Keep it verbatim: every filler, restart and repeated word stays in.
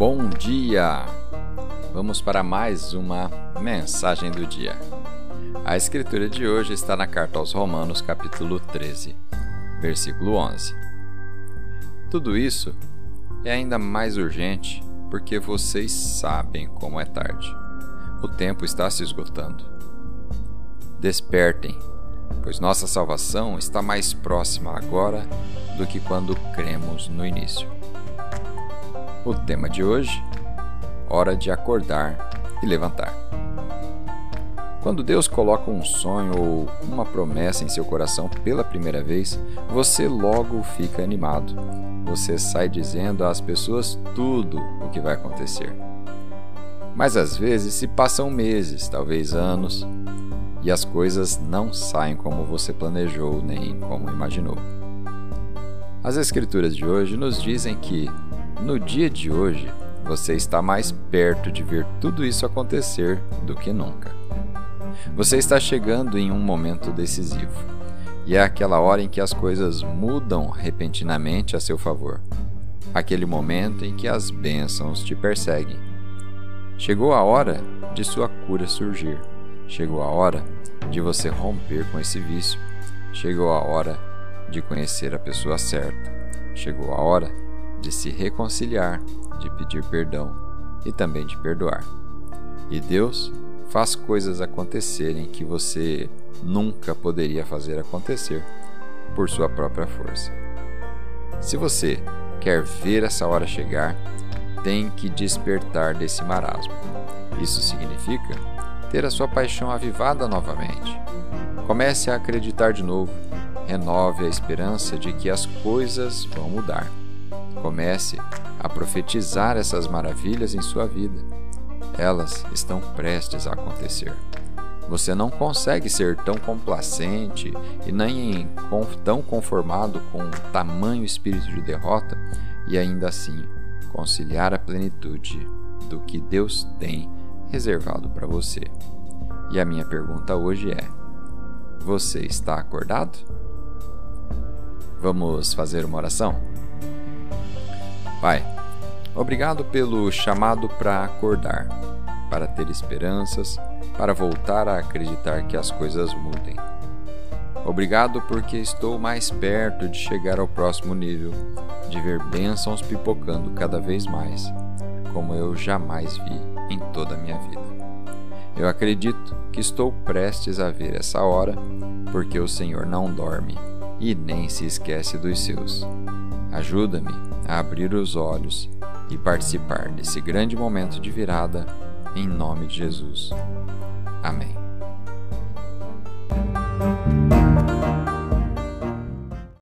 Bom dia! Vamos para mais uma mensagem do dia. A escritura de hoje está na carta aos Romanos, capítulo treze, versículo onze. Tudo isso é ainda mais urgente porque vocês sabem como é tarde. O tempo está se esgotando. Despertem, pois nossa salvação está mais próxima agora do que quando cremos no início. O tema de hoje: hora de acordar e levantar. Quando Deus coloca um sonho ou uma promessa em seu coração pela primeira vez, você logo fica animado. Você sai dizendo às pessoas tudo o que vai acontecer. Mas às vezes se passam meses, talvez anos, e as coisas não saem como você planejou nem como imaginou. As Escrituras de hoje nos dizem que, no dia de hoje, você está mais perto de ver tudo isso acontecer do que nunca. Você está chegando em um momento decisivo, e é aquela hora em que as coisas mudam repentinamente a seu favor. Aquele momento em que as bênçãos te perseguem. Chegou a hora de sua cura surgir. Chegou a hora de você romper com esse vício. Chegou a hora de conhecer a pessoa certa. Chegou a hora de se reconciliar, de pedir perdão e também de perdoar. E Deus faz coisas acontecerem que você nunca poderia fazer acontecer por sua própria força. Se você quer ver essa hora chegar, tem que despertar desse marasmo. Isso significa ter a sua paixão avivada novamente. Comece a acreditar de novo. Renove a esperança de que as coisas vão mudar. Comece a profetizar essas maravilhas em sua vida. Elas estão prestes a acontecer. Você não consegue ser tão complacente e nem tão conformado com o tamanho espírito de derrota e ainda assim conciliar a plenitude do que Deus tem reservado para você. E a minha pergunta hoje é: você está acordado? Vamos fazer uma oração? Pai, obrigado pelo chamado para acordar, para ter esperanças, para voltar a acreditar que as coisas mudem. Obrigado porque estou mais perto de chegar ao próximo nível, de ver bênçãos pipocando cada vez mais, como eu jamais vi em toda a minha vida. Eu acredito que estou prestes a ver essa hora, porque o Senhor não dorme e nem se esquece dos seus. Ajuda-me a abrir os olhos e participar desse grande momento de virada, em nome de Jesus. Amém.